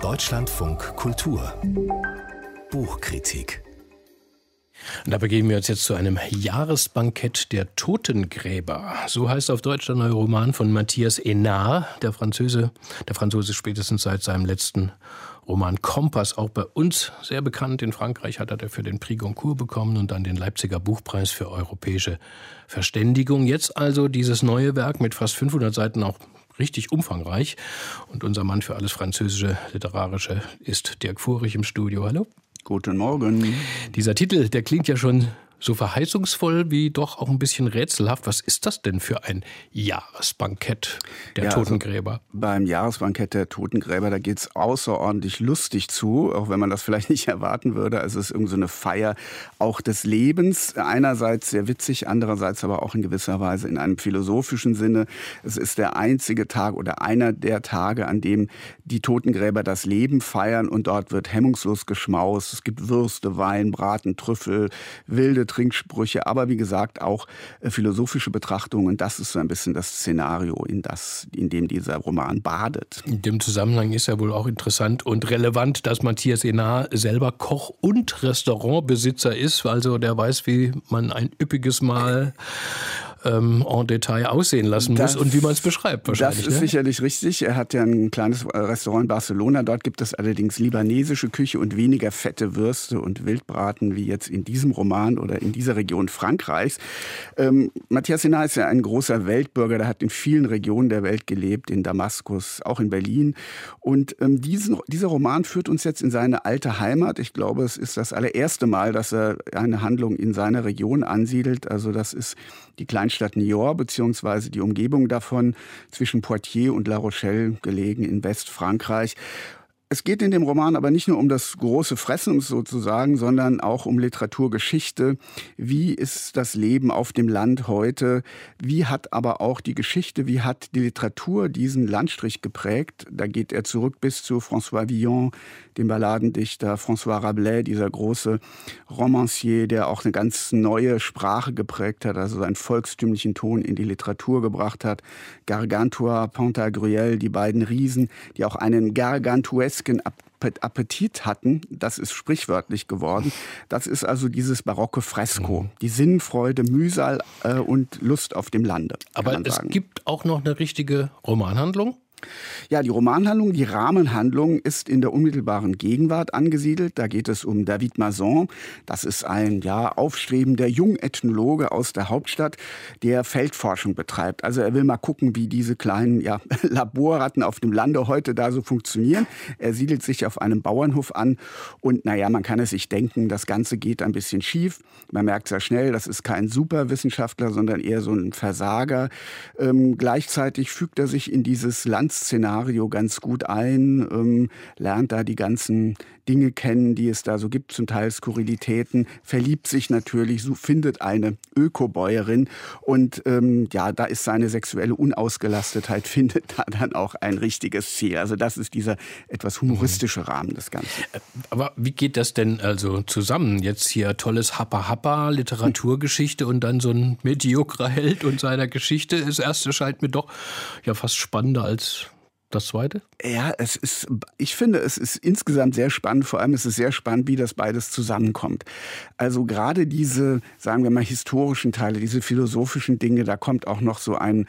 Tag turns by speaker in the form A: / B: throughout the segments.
A: Deutschlandfunk Kultur Buchkritik.
B: Und da begeben wir uns jetzt zu einem Jahresbankett der Totengräber. So heißt auf Deutsch der neue Roman von Matthias Enard, der Franzose spätestens seit seinem letzten Roman Kompass, auch bei uns sehr bekannt. In Frankreich hat er dafür den Prix Goncourt bekommen und dann den Leipziger Buchpreis für europäische Verständigung. Jetzt also dieses neue Werk mit fast 500 Seiten, auch richtig umfangreich. Und unser Mann für alles französische Literarische ist Dirk Furich im Studio. Hallo.
C: Guten Morgen.
B: Dieser Titel, der klingt ja schon so verheißungsvoll wie doch auch ein bisschen rätselhaft. Was ist das denn für ein Jahresbankett der Totengräber?
C: Also beim Jahresbankett der Totengräber, da geht's außerordentlich lustig zu, auch wenn man das vielleicht nicht erwarten würde. Also es ist irgendwie so eine Feier auch des Lebens. Einerseits sehr witzig, andererseits aber auch in gewisser Weise in einem philosophischen Sinne. Es ist der einzige Tag oder einer der Tage, an dem die Totengräber das Leben feiern und dort wird hemmungslos geschmaust. Es gibt Würste, Wein, Braten, Trüffel, wilde Trinksprüche, aber wie gesagt auch philosophische Betrachtungen. Das ist so ein bisschen das Szenario, in dem dieser Roman badet.
B: In dem Zusammenhang ist ja wohl auch interessant und relevant, dass Matthias Enard selber Koch und Restaurantbesitzer ist. Also der weiß, wie man ein üppiges Mahl en Detail aussehen lassen muss und wie man es beschreibt wahrscheinlich.
C: Das ist sicherlich richtig. Er hat ja ein kleines Restaurant in Barcelona. Dort gibt es allerdings libanesische Küche und weniger fette Würste und Wildbraten wie jetzt in diesem Roman oder in dieser Region Frankreichs. Matthias Enard ist ja ein großer Weltbürger. Der hat in vielen Regionen der Welt gelebt, in Damaskus, auch in Berlin. Und dieser Roman führt uns jetzt in seine alte Heimat. Ich glaube, es ist das allererste Mal, dass er eine Handlung in seiner Region ansiedelt. Also das ist die Kleinstadt Niort beziehungsweise die Umgebung davon, zwischen Poitiers und La Rochelle gelegen in Westfrankreich. Es geht in dem Roman aber nicht nur um das große Fressen, sozusagen, sondern auch um Literaturgeschichte. Wie ist das Leben auf dem Land heute? Wie hat aber auch die Geschichte, wie hat die Literatur diesen Landstrich geprägt? Da geht er zurück bis zu François Villon, dem Balladendichter, François Rabelais, dieser große Romancier, der auch eine ganz neue Sprache geprägt hat, also einen volkstümlichen Ton in die Literatur gebracht hat. Gargantua, Pantagruel, die beiden Riesen, die auch einen gargantuesken Appetit hatten, das ist sprichwörtlich geworden. Das ist also dieses barocke Fresko, die Sinnfreude, Mühsal und Lust auf dem Lande.
B: Aber es gibt auch noch eine richtige Romanhandlung?
C: Ja, die Romanhandlung, die Rahmenhandlung ist in der unmittelbaren Gegenwart angesiedelt. Da geht es um David Masson. Das ist ein aufstrebender Jungethnologe aus der Hauptstadt, der Feldforschung betreibt. Also er will mal gucken, wie diese kleinen Laborratten auf dem Lande heute da so funktionieren. Er siedelt sich auf einem Bauernhof an und man kann es sich denken, das Ganze geht ein bisschen schief. Man merkt sehr schnell, das ist kein Superwissenschaftler, sondern eher so ein Versager. Gleichzeitig fügt er sich in dieses Szenario ganz gut ein, lernt da die ganzen Dinge kennen, die es da so gibt, zum Teil Skurrilitäten, verliebt sich natürlich, findet eine Ökobäuerin und da ist seine sexuelle Unausgelastetheit, findet da dann auch ein richtiges Ziel. Also das ist dieser etwas humoristische Rahmen des Ganzen.
B: Aber wie geht das denn also zusammen? Jetzt hier tolles Happa-Happa, Literaturgeschichte und dann so ein mediokrer Held und seiner Geschichte. Das erste scheint mir doch fast spannender als das zweite?
C: Ja, ich finde, es ist insgesamt sehr spannend. Vor allem ist es sehr spannend, wie das beides zusammenkommt. Also gerade diese, sagen wir mal, historischen Teile, diese philosophischen Dinge, da kommt auch noch so ein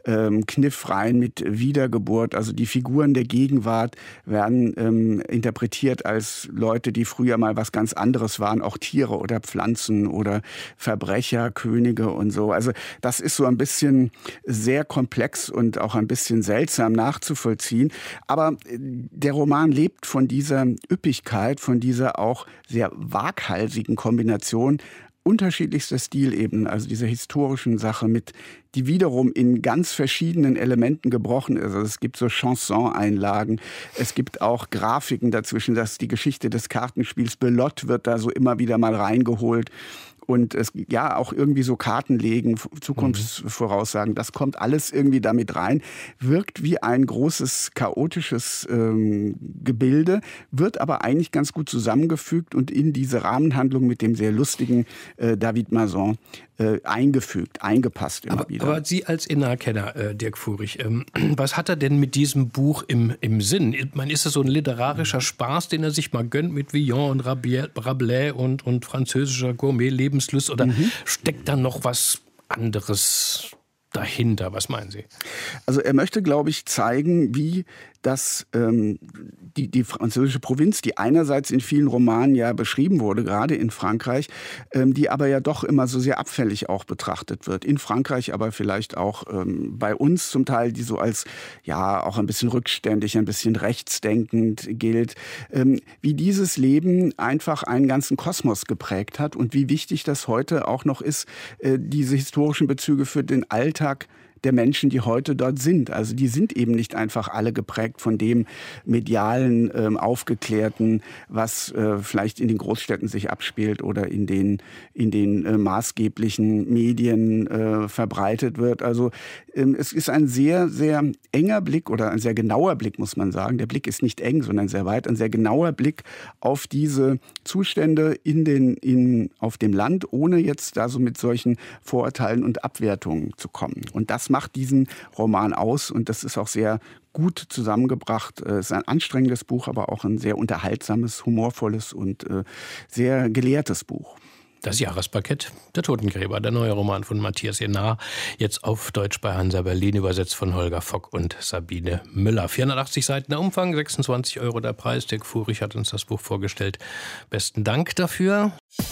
C: Kniff rein mit Wiedergeburt. Also die Figuren der Gegenwart werden interpretiert als Leute, die früher mal was ganz anderes waren, auch Tiere oder Pflanzen oder Verbrecher, Könige und so. Also das ist so ein bisschen sehr komplex und auch ein bisschen seltsam nachzuvollziehen. Aber der Roman lebt von dieser Üppigkeit, von dieser auch sehr waghalsigen Kombination unterschiedlichster Stilebenen, also dieser historischen Sache die wiederum in ganz verschiedenen Elementen gebrochen ist. Also es gibt so Chanson-Einlagen, es gibt auch Grafiken dazwischen, dass die Geschichte des Kartenspiels Belote wird da so immer wieder mal reingeholt. Und es ja auch irgendwie so Karten legen, Zukunftsvoraussagen, das kommt alles irgendwie damit rein, wirkt wie ein großes chaotisches Gebilde, wird aber eigentlich ganz gut zusammengefügt und in diese Rahmenhandlung mit dem sehr lustigen David Masson eingepasst immer wieder.
B: Aber Sie als Ennar-Kenner, Dirk Furich, was hat er denn mit diesem Buch im Sinn? Ich meine, ist das so ein literarischer Spaß, den er sich mal gönnt mit Villon und Rabelais und französischer Gourmet-Lebenslust oder steckt da noch was anderes dahinter? Was meinen Sie?
C: Also er möchte, glaube ich, zeigen, wie dass die französische Provinz, die einerseits in vielen Romanen ja beschrieben wurde, gerade in Frankreich, die aber ja doch immer so sehr abfällig auch betrachtet wird. In Frankreich, aber vielleicht auch bei uns zum Teil, die so als ja auch ein bisschen rückständig, ein bisschen rechtsdenkend gilt. Wie dieses Leben einfach einen ganzen Kosmos geprägt hat und wie wichtig das heute auch noch ist, diese historischen Bezüge für den Alltag der Menschen, die heute dort sind. Also die sind eben nicht einfach alle geprägt von dem medialen, aufgeklärten, was vielleicht in den Großstädten sich abspielt oder in den maßgeblichen Medien verbreitet wird. Also es ist ein sehr, sehr enger Blick oder ein sehr genauer Blick, muss man sagen. Der Blick ist nicht eng, sondern sehr weit. Ein sehr genauer Blick auf diese Zustände auf dem Land, ohne jetzt da so mit solchen Vorurteilen und Abwertungen zu kommen. Und das macht diesen Roman aus und das ist auch sehr gut zusammengebracht. Es ist ein anstrengendes Buch, aber auch ein sehr unterhaltsames, humorvolles und sehr gelehrtes Buch.
B: Das Jahresparkett Der Totengräber, der neue Roman von Matthias Ennar, jetzt auf Deutsch bei Hansa Berlin, übersetzt von Holger Fock und Sabine Müller. 480 Seiten der Umfang, 26 € der Preis. Dirk Furich hat uns das Buch vorgestellt. Besten Dank dafür.